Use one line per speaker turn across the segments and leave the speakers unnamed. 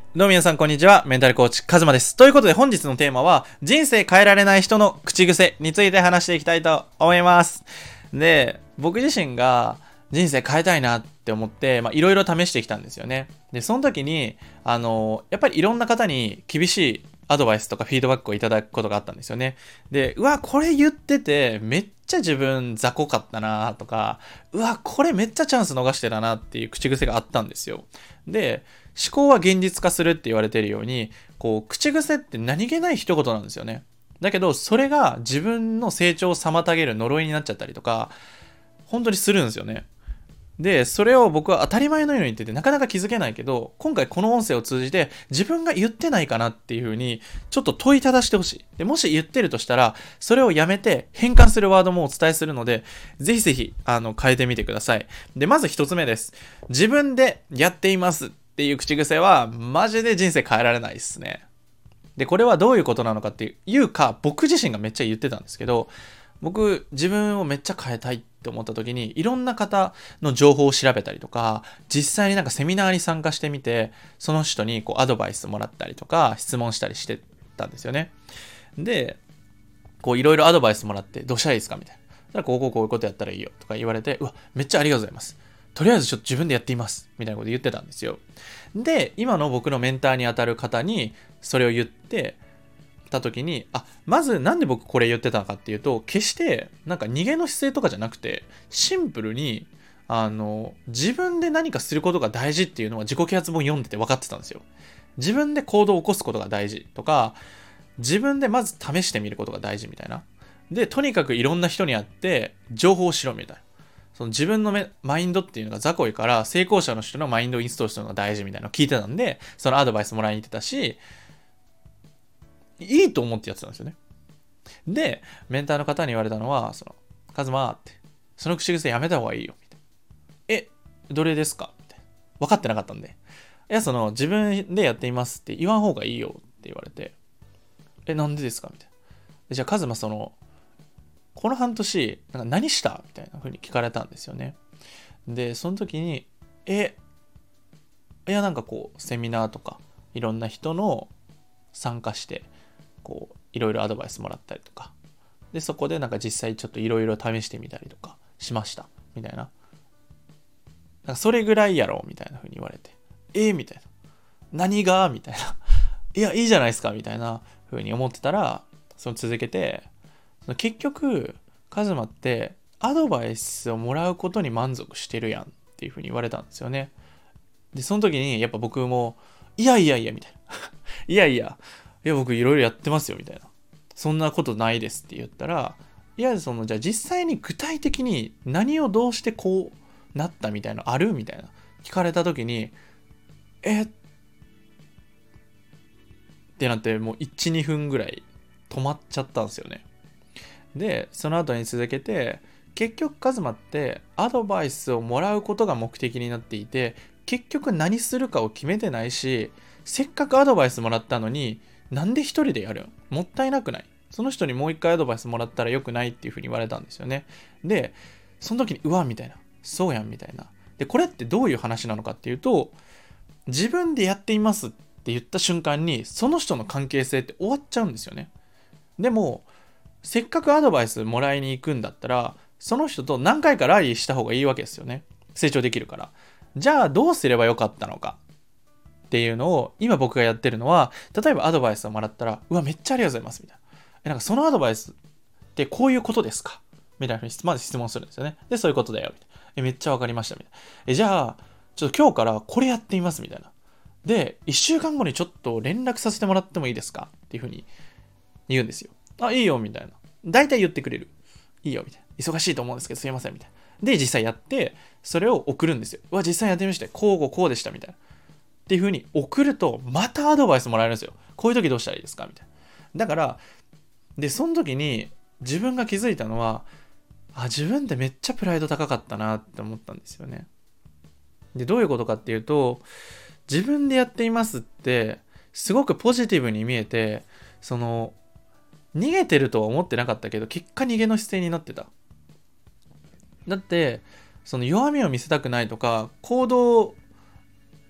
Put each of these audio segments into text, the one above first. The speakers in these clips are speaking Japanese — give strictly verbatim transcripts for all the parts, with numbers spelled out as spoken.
どうも皆さんこんにちは。メンタルコーチカズマです。ということで本日のテーマは人生変えられない人の口癖について話していきたいと思います。で、僕自身が人生変えたいなって思って、まあいろいろ試してきたんですよね。で、その時に、あの、やっぱりいろんな方に厳しいアドバイスとかフィードバックをいただくことがあったんですよね。で、うわ、これ言っててめっちゃ自分雑魚かったなとか、うわ、これめっちゃチャンス逃してたなっていう口癖があったんですよ。で、思考は現実化するって言われているように、こう、口癖って何気ない一言なんですよね。だけど、それが自分の成長を妨げる呪いになっちゃったりとか、本当にするんですよね。で、それを僕は当たり前のように言っててなかなか気づけないけど、今回この音声を通じて自分が言ってないかなっていう風にちょっと問いただしてほしい。で、もし言ってるとしたら、それをやめて変換するワードもお伝えするので、ぜひぜひ、あの、変えてみてください。で、まず一つ目です。自分でやっていますっていう口癖は、マジで人生変えられないですね。で、これはどういうことなのかっていうか、僕自身がめっちゃ言ってたんですけど、僕、自分をめっちゃ変えたいって思った時に、いろんな方の情報を調べたりとか、実際になんかセミナーに参加してみて、その人にこうアドバイスもらったりとか、質問したりしてたんですよね。で、こういろいろアドバイスもらって、どうしたらいいですかみたいな。だからこうこうこういうことやったらいいよとか言われて、うわ、めっちゃありがとうございます。とりあえずちょっと自分でやっています。みたいなこと言ってたんですよ。で、今の僕のメンターに当たる方にそれを言って、た時に、あ、まずなんで僕これ言ってたのかっていうと、決してなんか逃げの姿勢とかじゃなくて、シンプルに、あの、自分で何かすることが大事っていうのは自己啓発本読んでて分かってたんですよ。自分で行動を起こすことが大事とか、自分でまず試してみることが大事みたいな。で、とにかくいろんな人に会って情報をしろみたいな。その自分のマインドっていうのが雑魚いから成功者の人のマインドをインストールするのが大事みたいなのを聞いてたんで、そのアドバイスもらいに行ってたし、いいと思ってやってたんですよね。で、メンターの方に言われたのは、その、カズマって、その口癖やめた方がいいよ。みたいな。え、どれですかみたいな。分かってなかったんで。いや、その、自分でやっていますって言わん方がいいよって言われて、え、なんでですかみたいな。じゃあ、カズマ、その、この半年、なんか何したみたいな風に聞かれたんですよね。で、その時に、え、いや、なんかこう、セミナーとか、いろんな人の参加して、こういろいろアドバイスもらったりとかで、そこでなんか実際ちょっといろいろ試してみたりとかしましたみたいな、なんかそれぐらいやろみたいな風に言われて、えー、みたいな、何がみたいな、いやいいじゃないですかみたいな風に思ってたら、その続けて、その結局カズマってアドバイスをもらうことに満足してるやんっていう風に言われたんですよね。でその時にやっぱ僕もいやいやいやみたいないやいやいや、僕いろいろやってますよ、みたいな。そんなことないですって言ったら、いや、その、じゃあ実際に具体的に何をどうしてこうなったみたいなのあるみたいな。聞かれた時に、えってなって、もういち、にふんぐらい止まっちゃったんですよね。で、その後に続けて、結局カズマってアドバイスをもらうことが目的になっていて、結局何するかを決めてないし、せっかくアドバイスもらったのに、なんで一人でやるんもったいなくない？その人にもう一回アドバイスもらったらよくないっていう風に言われたんですよね。で、その時にうわみたいな、そうやんみたいな。で、これってどういう話なのかっていうと、自分でやっていますって言った瞬間に、その人の関係性って終わっちゃうんですよね。でも、せっかくアドバイスもらいに行くんだったら、その人と何回かラリーした方がいいわけですよね。成長できるから。じゃあどうすればよかったのかっていうのを今僕がやってるのは、例えばアドバイスをもらったら、うわめっちゃありがとうございますみたいな。えなんかそのアドバイスってこういうことですかみたいなふうにまず質問するんですよね。でそういうことだよみたいな。えめっちゃわかりましたみたいな。えじゃあちょっと今日からこれやってみますみたいな。でいっしゅうかんごにちょっと連絡させてもらってもいいですかっていうふうに言うんですよ。あいいよみたいな。大体言ってくれる。いいよみたいな。忙しいと思うんですけどすいませんみたいな。で実際やってそれを送るんですよ。うわ実際やってみました。こうこうこうでしたみたいな。っていう風に送るとまたアドバイスもらえるんですよ。こういう時どうしたらいいですかみたいな。だからでその時に自分が気づいたのは、あ自分ってめっちゃプライド高かったなって思ったんですよね。でどういうことかっていうと、自分でやっていますってすごくポジティブに見えて、その逃げてるとは思ってなかったけど結果逃げの姿勢になってた。だってその弱みを見せたくないとか行動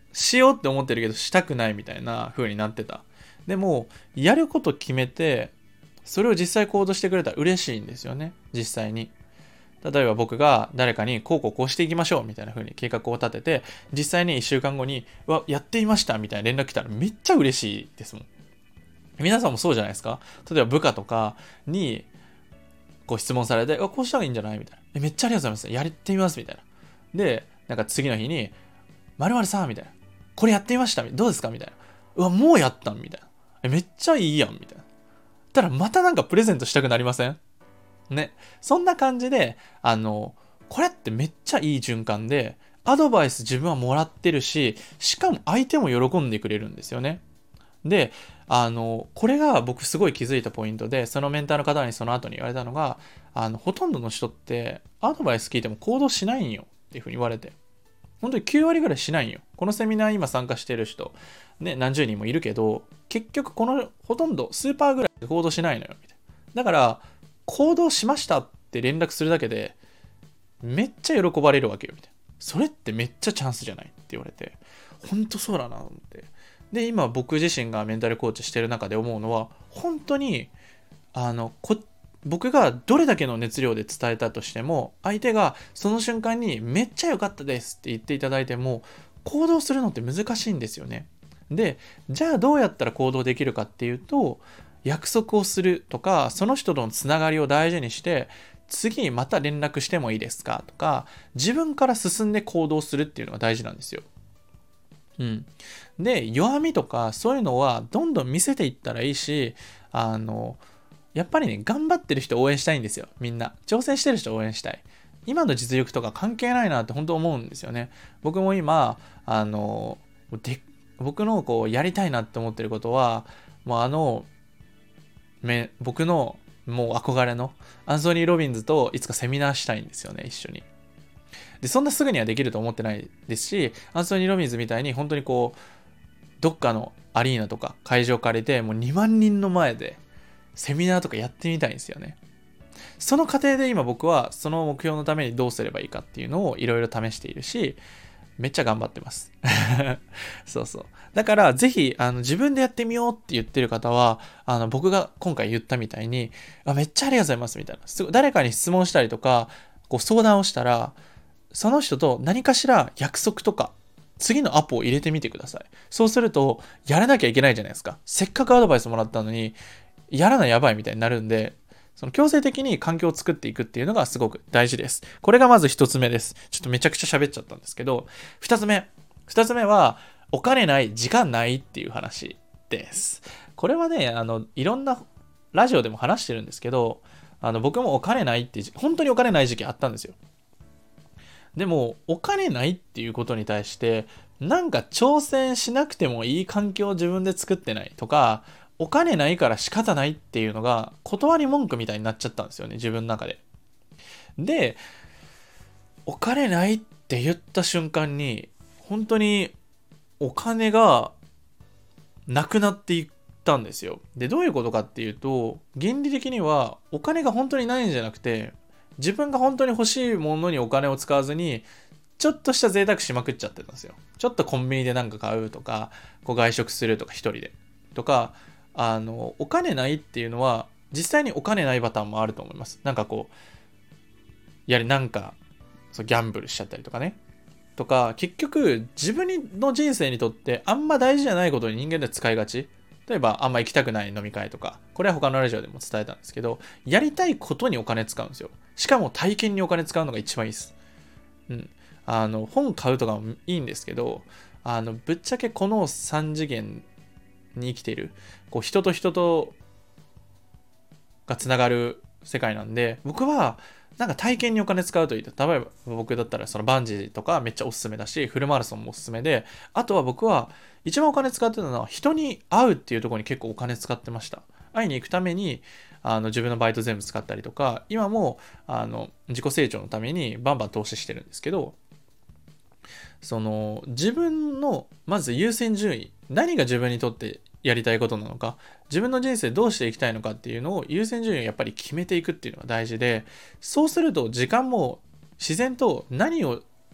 しようって思ってるけどしたくないみたいな風になってた。でもやること決めてそれを実際行動してくれたら嬉しいんですよね。実際に例えば僕が誰かにこうこうこうしていきましょうみたいな風に計画を立てて、実際にいっしゅうかんごにうわやっていましたみたいな連絡来たらめっちゃ嬉しいですもん。皆さんもそうじゃないですか。例えば部下とかにこう質問されて、こうした方がいいんじゃないみたいな。えめっちゃありがとうございます。やってみますみたいな。で、なんか次の日に、〇〇さんみたいな。これやってみましたどうですかみたいな。うわ、もうやったんみたいな。え、めっちゃいいやんみたいな。たらまたなんかプレゼントしたくなりませんね。そんな感じで、あの、これってめっちゃいい循環で、アドバイス自分はもらってるし、しかも相手も喜んでくれるんですよね。で、あの、これが僕すごい気づいたポイントで、そのメンターの方にその後に言われたのが、あの、ほとんどの人ってアドバイス聞いても行動しないんよっていうふうに言われて、本当にきゅうわりぐらいしないんよ。このセミナー今参加してる人、ね、何十人もいるけど、結局このほとんどスーパーぐらい行動しないのよ、みたいな。だから、行動しましたって連絡するだけで、めっちゃ喜ばれるわけよ、みたいな。それってめっちゃチャンスじゃないって言われて、本当そうだな、って。で、今僕自身がメンタルコーチしてる中で思うのは、本当に、あの、こ僕がどれだけの熱量で伝えたとしても、相手がその瞬間にめっちゃ良かったですって言っていただいても、行動するのって難しいんですよね。で、じゃあどうやったら行動できるかっていうと、約束をするとか、その人とのつながりを大事にして、次また連絡してもいいですかとか、自分から進んで行動するっていうのが大事なんですよ。うん。で、弱みとかそういうのはどんどん見せていったらいいし、あの、やっぱりね、頑張ってる人応援したいんですよ。みんな。挑戦してる人応援したい。今の実力とか関係ないなって本当思うんですよね。僕も今、あの、で僕のこうやりたいなって思ってることは、もうあの、め僕のもう憧れのアンソニー・ロビンズといつかセミナーしたいんですよね、一緒に。で、そんなすぐにはできると思ってないですし、アンソニー・ロビンズみたいに本当にこう、どっかのアリーナとか会場借りて、もうにまんにんの前でセミナーとかやってみたいんですよね。その過程で今僕はその目標のためにどうすればいいかっていうのをいろいろ試しているし、めっちゃ頑張ってます。そうそう。だからぜひあの自分でやってみようって言ってる方は、あの僕が今回言ったみたいに、あ、めっちゃありがとうございますみたいな。すごい誰かに質問したりとか、こう相談をしたら、その人と何かしら約束とか、次のアポを入れてみてください。そうすると、やらなきゃいけないじゃないですか。せっかくアドバイスもらったのに、やらないやばいみたいになるんで、その強制的に環境を作っていくっていうのがすごく大事です。これがまず一つ目です。ちょっとめちゃくちゃ喋っちゃったんですけど、二つ目。二つ目は、お金ない、時間ないっていう話です。これはね、あの、いろんなラジオでも話してるんですけど、あの、僕もお金ないって、本当にお金ない時期あったんですよ。でも、お金ないっていうことに対して、なんか挑戦しなくてもいい環境を自分で作ってないとか、お金ないから仕方ないっていうのが断り文句みたいになっちゃったんですよね、自分の中で。で、お金ないって言った瞬間に、本当にお金がなくなっていったんですよ。で、どういうことかっていうと、原理的にはお金が本当にないんじゃなくて、自分が本当に欲しいものにお金を使わずに、ちょっとした贅沢しまくっちゃってたんですよ。ちょっとコンビニでなんか買うとか、こう外食するとか一人で。とか、あの、お金ないっていうのは、実際にお金ないパターンもあると思います。なんかこう、やはりなんか、そうギャンブルしちゃったりとかね。とか、結局、自分の人生にとってあんま大事じゃないことに人間で使いがち。例えば、あんま行きたくない飲み会とか、これは他のラジオでも伝えたんですけど、やりたいことにお金使うんですよ。しかも体験にお金使うのが一番いいです。うん。あの、本買うとかもいいんですけど、あの、ぶっちゃけこのさん次元に生きている、こう、人と人とがつながる世界なんで、僕は、なんか体験にお金使うといいと。例えば僕だったらそのバンジーとかめっちゃおすすめだし、フルマラソンもおすすめで、あとは僕は一番お金使ってたのは人に会うっていうところに結構お金使ってました。会いに行くためにあの自分のバイト全部使ったりとか、今もあの自己成長のためにバンバン投資してるんですけど、その自分のまず優先順位、何が自分にとってやりたいことなのか、自分の人生どうしていきたいのかっていうのを優先順位をやっぱり決めていくっていうのが大事で、そうすると時間も自然と何を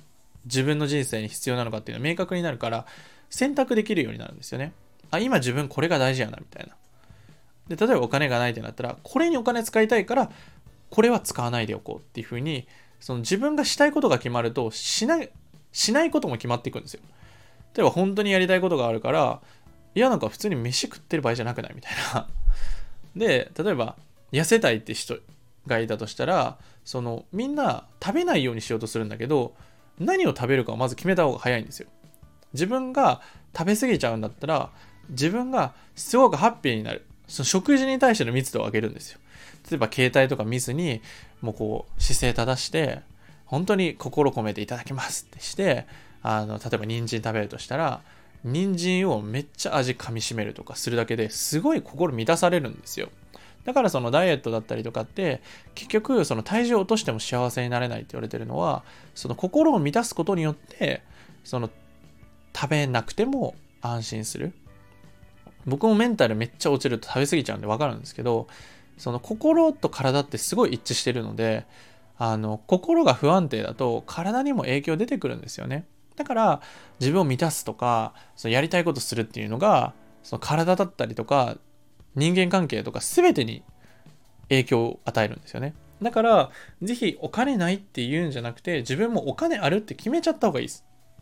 自分の人生に必要なのかっていうのが明確になるから、選択できるようになるんですよね。あ、今自分これが大事やな、みたいな。で、例えばお金がないってなったら、これにお金使いたいから、これは使わないでおこうっていう風に、その自分がしたいことが決まると、しない、しないことも決まっていくんですよ。例えば本当にやりたいことがあるから、いやなんか普通に飯食ってる場合じゃなくないみたいな。で、例えば痩せたいって人がいたとしたら、そのみんな食べないようにしようとするんだけど、何を食べるかをまず決めた方が早いんですよ。自分が食べ過ぎちゃうんだったら、自分がすごくハッピーになる。その食事に対しての密度を上げるんですよ。例えば携帯とか見ずに、もうこう姿勢正して、本当に心込めていただきますってして、あの、例えば人参食べるとしたら、人参をめっちゃ味噛み締めるとかするだけですごい心満たされるんですよ。だからそのダイエットだったりとかって、結局その体重を落としても幸せになれないって言われてるのは、その心を満たすことによって、その食べなくても安心する。僕もメンタルめっちゃ落ちると食べ過ぎちゃうんでわかるんですけど、その心と体ってすごい一致してるので、あの心が不安定だと体にも影響出てくるんですよね。だから自分を満たすとか、そのやりたいことするっていうのが、その体だったりとか人間関係とか全てに影響を与えるんですよね。だからぜひお金ないって言うんじゃなくて、自分もお金あるって決めちゃった方がいいです。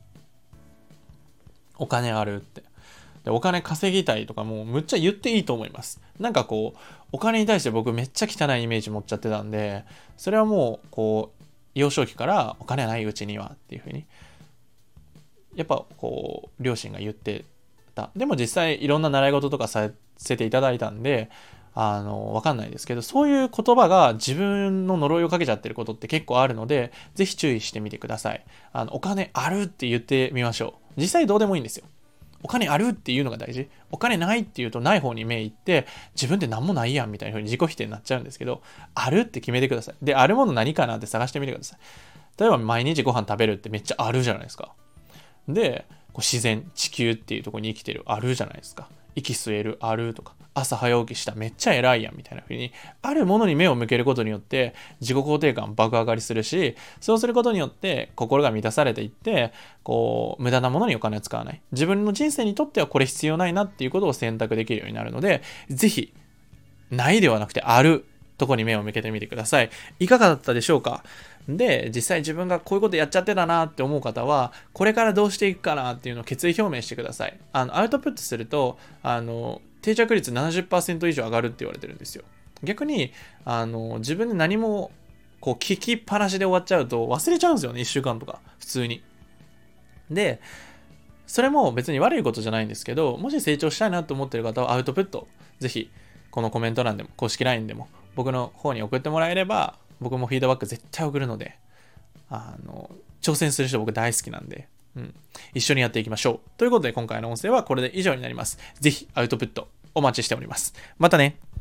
お金あるって。で、お金稼ぎたいとかもうむっちゃ言っていいと思います。なんかこう、お金に対して僕めっちゃ汚いイメージ持っちゃってたんで、それはもうこう、幼少期からお金ないうちにはっていう風に、やっぱこう、両親が言ってた。でも実際いろんな習い事とかさせていただいたんで、あの、わかんないですけど、そういう言葉が自分の呪いをかけちゃってることって結構あるので、ぜひ注意してみてください。あの、お金あるって言ってみましょう。実際どうでもいいんですよ。お金あるっていうのが大事。お金ないっていうとない方に目いって、自分って何もないやんみたいな風に自己否定になっちゃうんですけど、あるって決めてください。で、あるもの何かなって探してみてください。例えば毎日ご飯食べるってめっちゃあるじゃないですか。で、こう自然、地球っていうところに生きてるあるじゃないですか。息吸えるあるとか、朝早起きしためっちゃ偉いやんみたいな風に、あるものに目を向けることによって自己肯定感爆上がりするし、そうすることによって心が満たされていって、こう無駄なものにお金を使わない、自分の人生にとってはこれ必要ないなっていうことを選択できるようになるので、ぜひないではなくてあるとこに目を向けてみてください。いかがだったでしょうか。で、実際自分がこういうことやっちゃってたなって思う方は、これからどうしていくかなっていうのを決意表明してください。あのアウトプットすると、あの定着率 ななじゅっパーセント 以上上がるって言われてるんですよ。逆にあの自分で何もこう聞きっぱなしで終わっちゃうと忘れちゃうんですよね。いっしゅうかんとか普通に。で、それも別に悪いことじゃないんですけど、もし成長したいなと思ってる方はアウトプットぜひこのコメント欄でも公式 ライン でも僕の方に送ってもらえれば、僕もフィードバック絶対送るので、あの挑戦する人僕大好きなんで、うん、一緒にやっていきましょう。ということで今回の音声はこれで以上になります。ぜひアウトプットお待ちしております。またね。